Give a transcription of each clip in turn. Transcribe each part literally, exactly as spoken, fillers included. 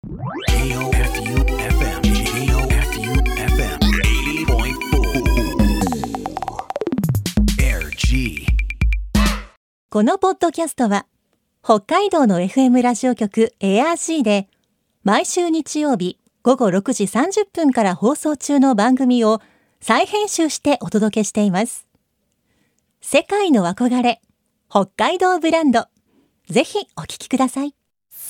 エーオーエフユーエフエム エーオーエフユーエフエム はちじゅうてんよん エーアールジー。 このポッドキャストは北海道の エフエム ラジオ局 エーアールジー で毎週日曜日ごごろくじさんじゅっぷんから放送中の番組を再編集してお届けしています。世界の憧れ北海道ブランド、ぜひお聞きください。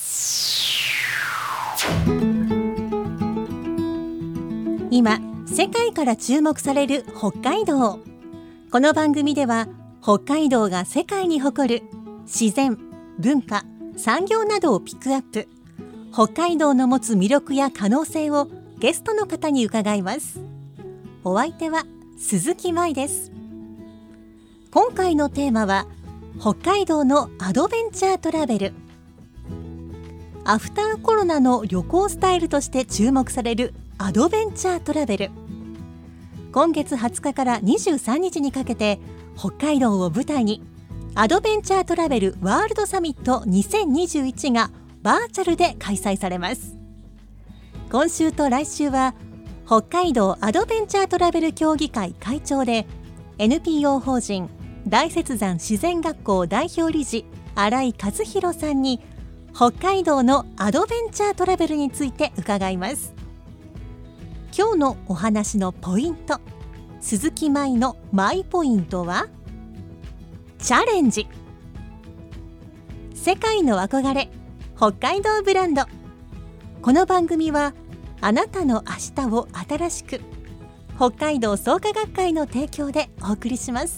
今世界から注目される北海道。この番組では北海道が世界に誇る自然、文化、産業などをピックアップ。北海道の持つ魅力や可能性をゲストの方に伺います。お相手は鈴木舞です。今回のテーマは北海道のアドベンチャートラベル。アフターコロナの旅行スタイルとして注目されるアドベンチャートラベル。今月はつかからにじゅうさんにちにかけて北海道を舞台にアドベンチャートラベルワールドサミットにせんにじゅういちがバーチャルで開催されます。今週と来週は北海道アドベンチャートラベル協議会会長で エヌピーオー 法人大雪山自然学校代表理事新井和弘さんに北海道のアドベンチャートラベルについて伺います。今日のお話のポイント、鈴木舞のマイポイントはチャレンジ。世界の憧れ北海道ブランド。この番組はあなたの明日を新しく、北海道創価学会の提供でお送りします。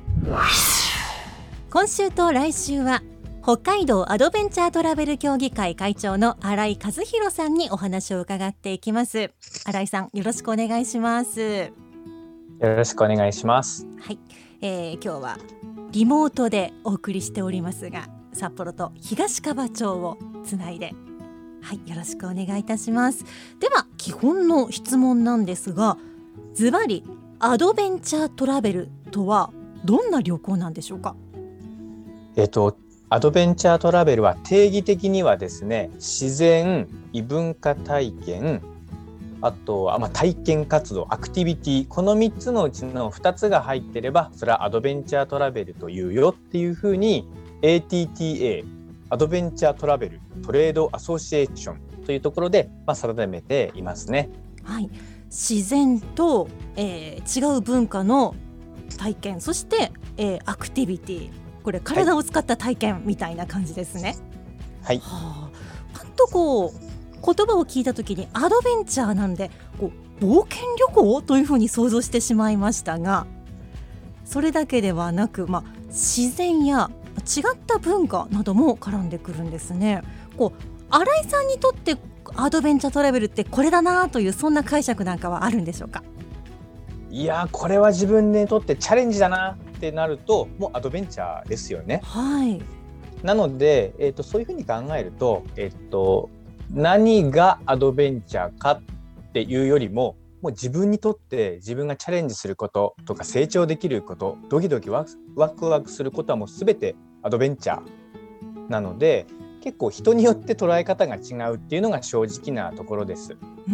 今週と来週は北海道アドベンチャートラベル協議会会長の新井和弘さんにお話を伺っていきます。新井さん、よろしくお願いします。 よろしくお願いします。 はい、えー、今日はリモートでお送りしておりますが、札幌と東川町をつないで、はい、よろしくお願いいたします。では基本の質問なんですが、ズバリアドベンチャートラベルとはどんな旅行なんでしょうか？ えっとアドベンチャートラベルは定義的にはですね、自然、異文化体験、あとはまあ体験活動、アクティビティ、このみっつのうちのふたつが入ってればそれはアドベンチャートラベルというよっていうふうに エーティーティーエー アドベンチャートラベルトレードアソシエーションというところでまあ定めていますね。 はい、自然と、えー、違う文化の体験、そして、えー、アクティビティ、これ体を使った体験みたいな感じですね。はい、はあ、パッとこう言葉を聞いた時にアドベンチャーなんでこう冒険旅行というふうに想像してしまいましたが、それだけではなく、まあ、自然や違った文化なども絡んでくるんですね。こう新井さんにとってアドベンチャートラベルってこれだなという、そんな解釈なんかはあるんでしょうか？ いや、これは自分にとってチャレンジだなってなるともうアドベンチャーですよね。 はい、 なので、えー、とそういうふうに考えると、えー、と何がアドベンチャーかっていうよりも、もう自分にとって自分がチャレンジすることとか成長できること、ドキドキワクワクすることはもう全てアドベンチャーなので、結構人によって捉え方が違うっていうのが正直なところです。 うん、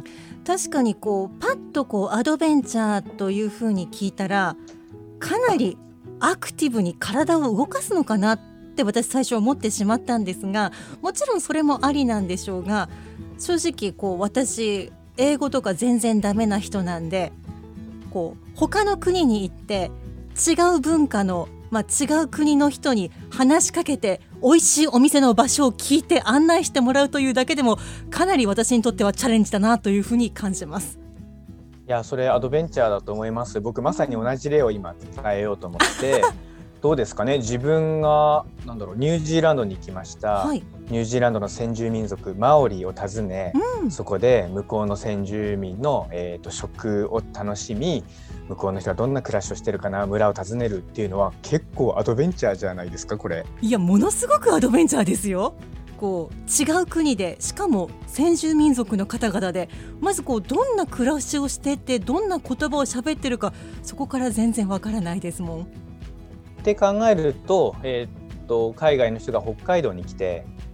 確かにこうパッとこうアドベンチャーというふうに聞いたら、かなりアクティブに体を動かすのかなって私最初思ってしまったんですが、もちろんそれもありなんでしょうが、正直こう私英語とか全然ダメな人なんで、こう他の国に行って違う文化の、まあ、違う国の人に話しかけて美味しいお店の場所を聞いて案内してもらうというだけでもかなり私にとってはチャレンジだなというふうに感じます。 いや、それアドベンチャーだと思います。僕まさに同じ例を今伝えようと思ってどうですかね、自分がなんだろうニュージーランドに行きました、はい、ニュージーランドの先住民族マオリを訪ね、うん、そこで向こうの先住民の、えー、と食を楽しみ、向こうの人はどんな暮らしをしてるかな、村を訪ねるっていうのは結構アドベンチャーじゃないですか。これいや、ものすごくアドベンチャーですよ。こう違う国で、しかも先住民族の方々で、まずこうどんな暮らしをしてて、どんな言葉を喋ってるか、そこから全然わからないですもん。 って考えると、えー、っと海外の人が北海道に来て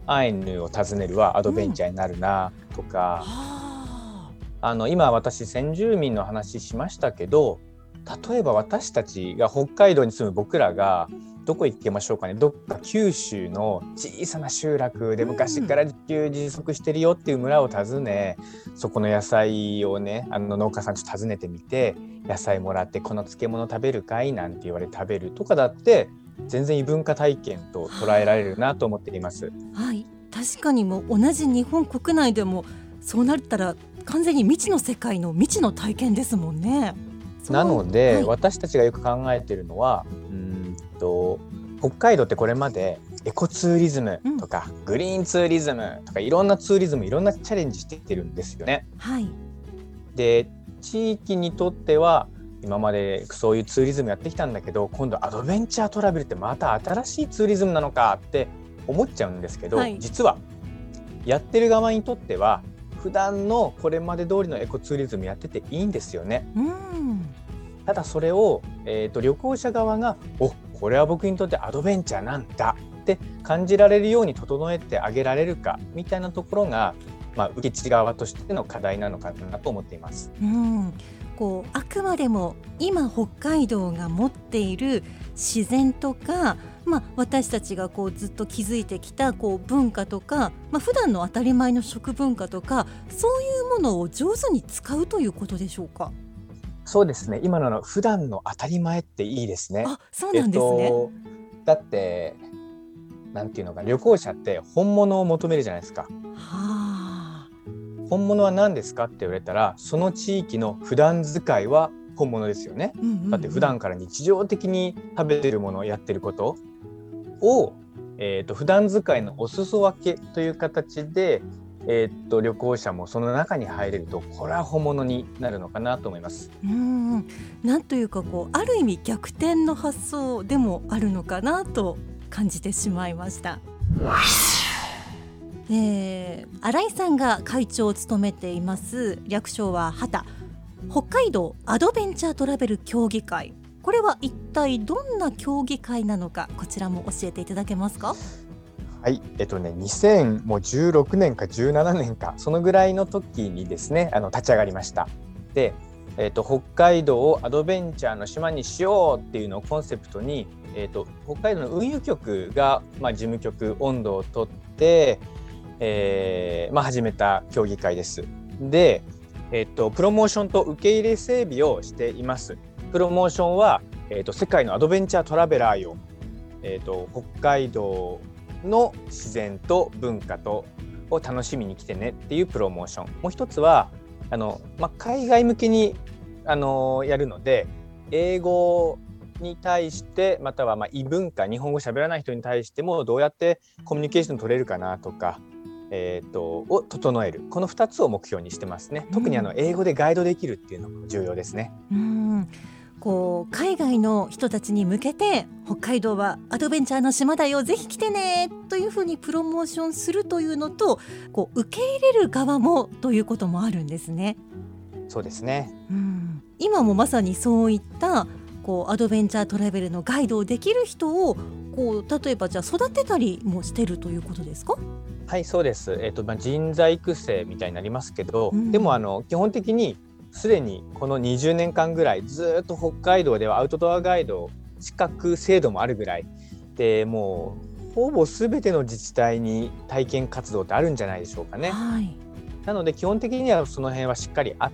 アイヌを訪ねるはアドベンチャーになるなとか、うん、あの今私先住民の話しましたけど、例えば私たちが北海道に住む僕らがどこ行きましょうかね。どっか九州の小さな集落で昔から自給自足してるよっていう村を訪ね、うん、そこの野菜をね、あの農家さんちょっと訪ねてみて、野菜もらってこの漬物食べるかいなんて言われて食べるとかだって全然異文化体験と捉えられるなと思っています。 はい、確かにもう同じ日本国内でもそうなったら完全に未知の世界の未知の体験ですもんね。 なので、 はい、 私たちがよく考えているのは、うーんと北海道ってこれまでエコツーリズムとか、うん、グリーンツーリズムとかいろんなツーリズムいろんなチャレンジしてきてるんですよね。 はい、 で地域にとっては今までそういうツーリズムやってきたんだけど、今度アドベンチャートラベルってまた新しいツーリズムなのかって思っちゃうんですけど、はい、実はやってる側にとっては普段のこれまで通りのエコツーリズムやってていいんですよね。うん、ただそれを、えーと、旅行者側がおこれは僕にとってアドベンチャーなんだって感じられるように整えてあげられるかみたいなところが、まあ、受け地側としての課題なのかなと思っています。 うん、こうあくまでも今北海道が持っている自然とか、まあ、私たちがこうずっと築いてきたこう文化とか、まあ、普段の当たり前の食文化とかそういうものを上手に使うということでしょうか。 そうですね、今のの普段の当たり前っていいですね。 あ、そうなんですね。 えっと、だってなんていうのか、旅行者って本物を求めるじゃないですか。はあ、本物は何ですかって言われたら、その地域の普段使いは本物ですよね。うんうんうん、だって普段から日常的に食べてるものをやってることを、えーと、普段使いのお裾分けという形で、えーと、旅行者もその中に入れると、これは本物になるのかなと思います。 うん、なんというかこうある意味逆転の発想でもあるのかなと感じてしまいました。えー、新井さんが会長を務めています略称はハタ北海道アドベンチャートラベル協議会、これは一体どんな協議会なのか、こちらも教えていただけますか。 はい、えっとね、にせんじゅうろくねんかじゅうななねんかそのぐらいの時にですね、あの立ち上がりました。で、えっと、北海道をアドベンチャーの島にしようっていうのをコンセプトに、えっと、北海道の運輸局が、まあ、事務局音頭を取って、えーまあ、始めた協議会です。で、えっと、プロモーションと受け入れ整備をしています。プロモーションは、えっと、世界のアドベンチャートラベラーよ、えっと、北海道の自然と文化とを楽しみに来てねっていうプロモーション。もう一つはあの、まあ、海外向けにあのやるので、英語に対してまたはまあ異文化、日本語喋らない人に対してもどうやってコミュニケーション取れるかなとか、えー、とを整える、このふたつを目標にしてますね。特にあの英語でガイドできるっていうのも重要ですね。 うん、こう海外の人たちに向けて北海道はアドベンチャーの島だよ、ぜひ来てねというふうにプロモーションするというのと、こう受け入れる側もということもあるんですね。 そうですね。 うん、今もまさにそういったこうアドベンチャートラベルのガイドをできる人をこう例えばじゃあ育てたりもしてるということですか。 はい、そうです。えーとまあ、人材育成みたいになりますけど、うん、でもあの基本的にすでにこのにじゅうねんかんぐらいずっと北海道ではアウトドアガイド資格制度もあるぐらいで、もうほぼ全ての自治体に体験活動ってあるんじゃないでしょうかね。はい、なので基本的にはその辺はしっかりあって、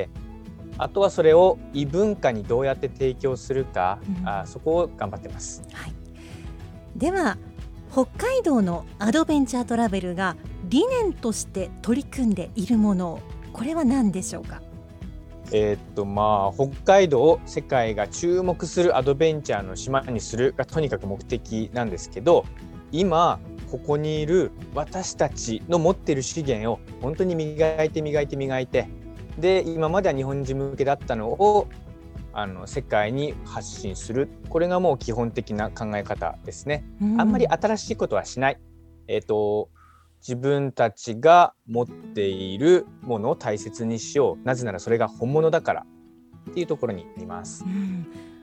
あとはそれを異文化にどうやって提供するか、うん、あそこを頑張ってます。 はい、では北海道のアドベンチャートラベルが理念として取り組んでいるもの、これは何でしょうか。 えーっとまあ、北海道を世界が注目するアドベンチャーの島にするがとにかく目的なんですけど、今ここにいる私たちの持っている資源を本当に磨いて磨いて磨いて、で今までは日本人向けだったのをあの世界に発信する、これがもう基本的な考え方ですね。うん、あんまり新しいことはしない、えーと自分たちが持っているものを大切にしよう、なぜならそれが本物だからっていうところにあります。 うん、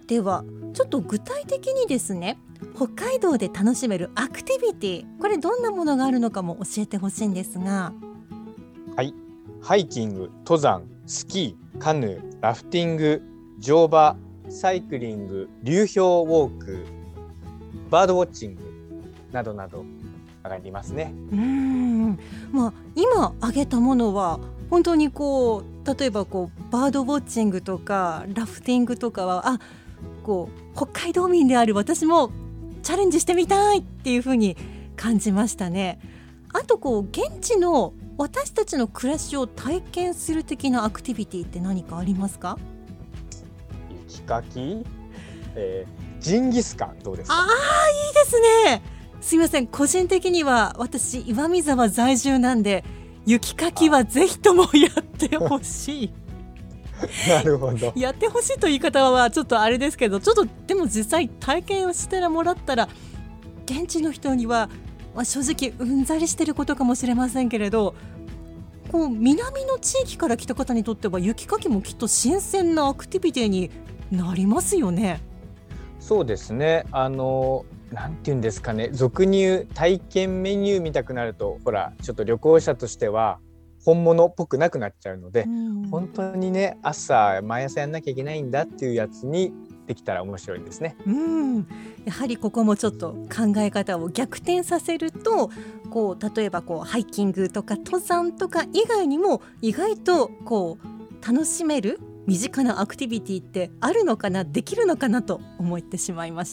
ではちょっと具体的にですね、北海道で楽しめるアクティビティ、これどんなものがあるのかも教えてほしいんですが。 はい、ハイキング、登山、スキー、カヌー、ラフティング、乗馬、サイクリング、流氷ウォーク、バードウォッチングなどなど上がりますね。 うーん、まあ、今挙げたものは本当にこう、例えばこうバードウォッチングとかラフティングとかは、あ、こう北海道民である私もチャレンジしてみたいっていう風に感じましたね。あとこう現地の私たちの暮らしを体験する的なアクティビティって何かありますか？ 雪かき、えー、ジンギスカンどうですか？ あー、いいですね。すいません、個人的には私岩見沢在住なんで、雪かきはぜひともやってほしいなるほど。 やってほしいという言い方はちょっとあれですけど、ちょっとでも実際体験をしてもらったら、現地の人には、まあ、正直うんざりしてることかもしれませんけれど、こう南の地域から来た方にとっては雪かきもきっと新鮮なアクティビティになりますよね。 そうですね、あのなんていうんですかね、俗に言う体験メニュー見たくなると、ほらちょっと旅行者としては本物っぽくなくなっちゃうので、うん、本当にね、朝毎朝やんなきゃいけないんだっていうやつにできたら面白いですね。 うん、やはりここもちょっと考え方を逆転させると、こう例えばこうハイキングとか登山とか以外にも意外とこう楽しめる身近なアクティビティってあるのかな、できるのかなと思ってしまいました。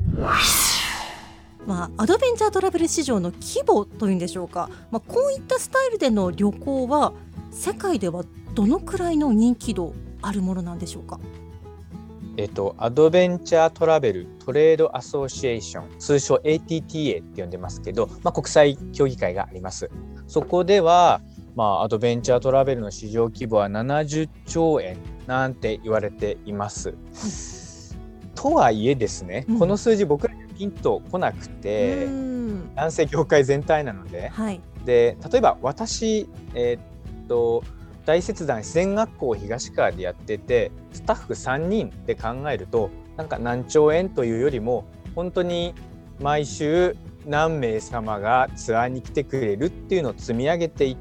まあ、アドベンチャートラベル市場の規模というんでしょうか、まあ、こういったスタイルでの旅行は世界ではどのくらいの人気度あるものなんでしょうか？ えっと、アドベンチャートラベルトレードアソシエーション、通称 エーティーティーエー って呼んでますけど、まあ、国際協議会があります。そこでは、まあ、アドベンチャートラベルの市場規模はななじゅっちょうえんなんて言われています、うん、とはいえですね、うん、この数字僕らにピンとこなくて、うん、男性業界全体なので、はい、で例えば私、えー、っと大雪山自然学校を東川でやってて、スタッフさんにんで考えると、なんか何兆円というよりも本当に毎週何名様がツアーに来てくれるっていうのを積み上げていって、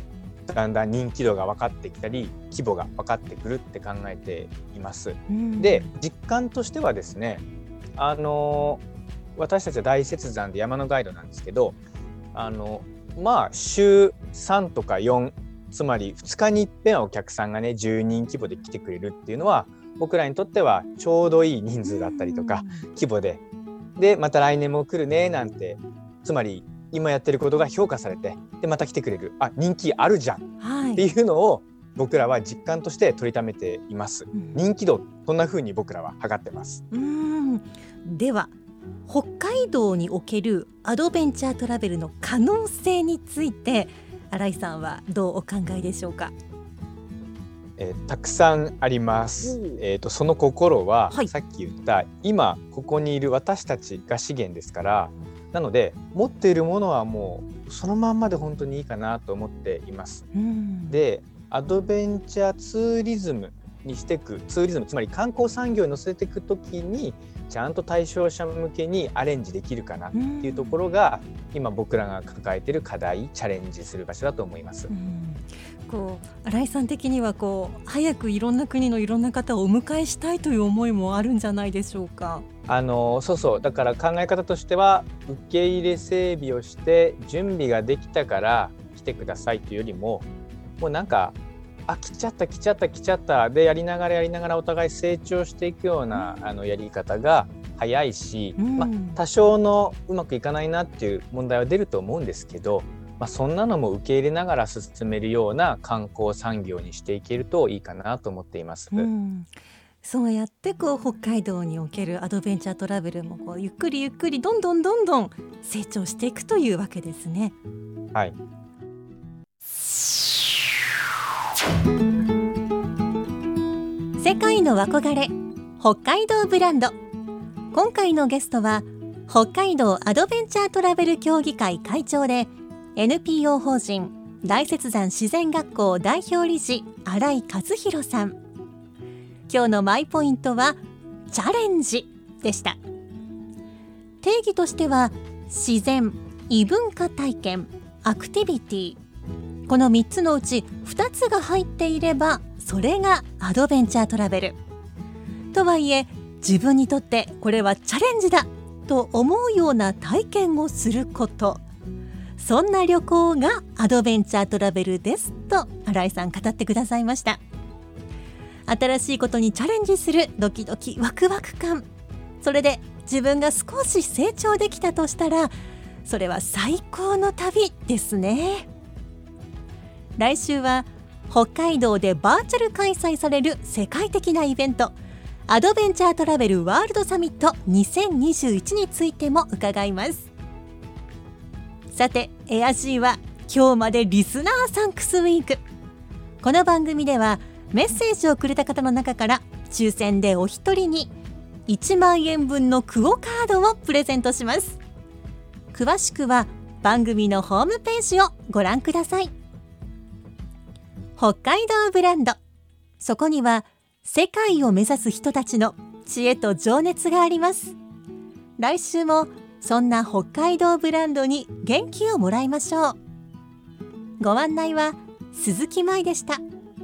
だんだん人気度が分かってきたり規模が分かってくるって考えています、うん、で実感としてはですね、あの私たちは大雪山で山のガイドなんですけど、あのまあ週さんとかよん、つまりふつかに一遍はお客さんがねじゅうにん規模で来てくれるっていうのは、僕らにとってはちょうどいい人数だったりとか規模で、でまた来年も来るねなんて、つまり今やってることが評価されて、でまた来てくれる、あ、人気あるじゃん、はい、っていうのを僕らは実感として取りためています、うん、人気度、こんな風に僕らは測ってます。 うーん、では北海道におけるアドベンチャートラベルの可能性について、新井さんはどうお考えでしょうか？ えー、たくさんあります、えーと、その心は、はい、さっき言った今ここにいる私たちが資源ですから、なので持っているものはもうそのまんまで本当にいいかなと思っています、うん、でアドベンチャーツーリズムにしていく、ツーリズムつまり観光産業に乗せていくときにちゃんと対象者向けにアレンジできるかなっていうところが、うん、今僕らが抱えている課題、チャレンジする場所だと思います、うん、 こう新井さん的にはこう早くいろんな国のいろんな方をお迎えしたいという思いもあるんじゃないでしょうか？ あのそうそう、だから考え方としては、受け入れ整備をして準備ができたから来てくださいというよりも、もうなんかあ来ちゃった来ちゃった来ちゃったでやりながらやりながらお互い成長していくようなあのやり方が早いし、うんまあ、多少のうまくいかないなっていう問題は出ると思うんですけど、まあ、そんなのも受け入れながら進めるような観光産業にしていけるといいかなと思っています、うん、 そうやってこう北海道におけるアドベンチャートラベルもこうゆっくりゆっくりどんどんどんどん成長していくというわけですね。 はい。 世界の憧れ北海道ブランド。今回のゲストは北海道アドベンチャートラベル協議会会長で エヌピーオー 法人大雪山自然学校代表理事新井和弘さん。今日のマイポイントはチャレンジでした。定義としては自然、異文化体験、アクティビティ、このみっつのうちふたつが入っていればそれがアドベンチャートラベル。とはいえ自分にとってこれはチャレンジだと思うような体験をすること、そんな旅行がアドベンチャートラベルですと新井さん語ってくださいました。新しいことにチャレンジするドキドキワクワク感、それで自分が少し成長できたとしたらそれは最高の旅ですね。来週は北海道でバーチャル開催される世界的なイベント、アドベンチャートラベルワールドサミットにせんにじゅういちについても伺います。さて、エアジーは今日までリスナーサンクスウィーク。この番組ではメッセージをくれた方の中から抽選でお一人にいちまんえんぶんのクオカードをプレゼントします。詳しくは番組のホームページをご覧ください。北海道ブランド、そこには世界を目指す人たちの知恵と情熱があります。来週もそんな北海道ブランドに元気をもらいましょう。ご案内は鈴木舞でした。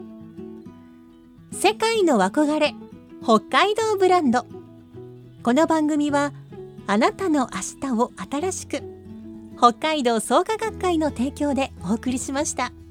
世界の憧れ、北海道ブランド。この番組はあなたの明日を新しく、北海道創価学会の提供でお送りしました。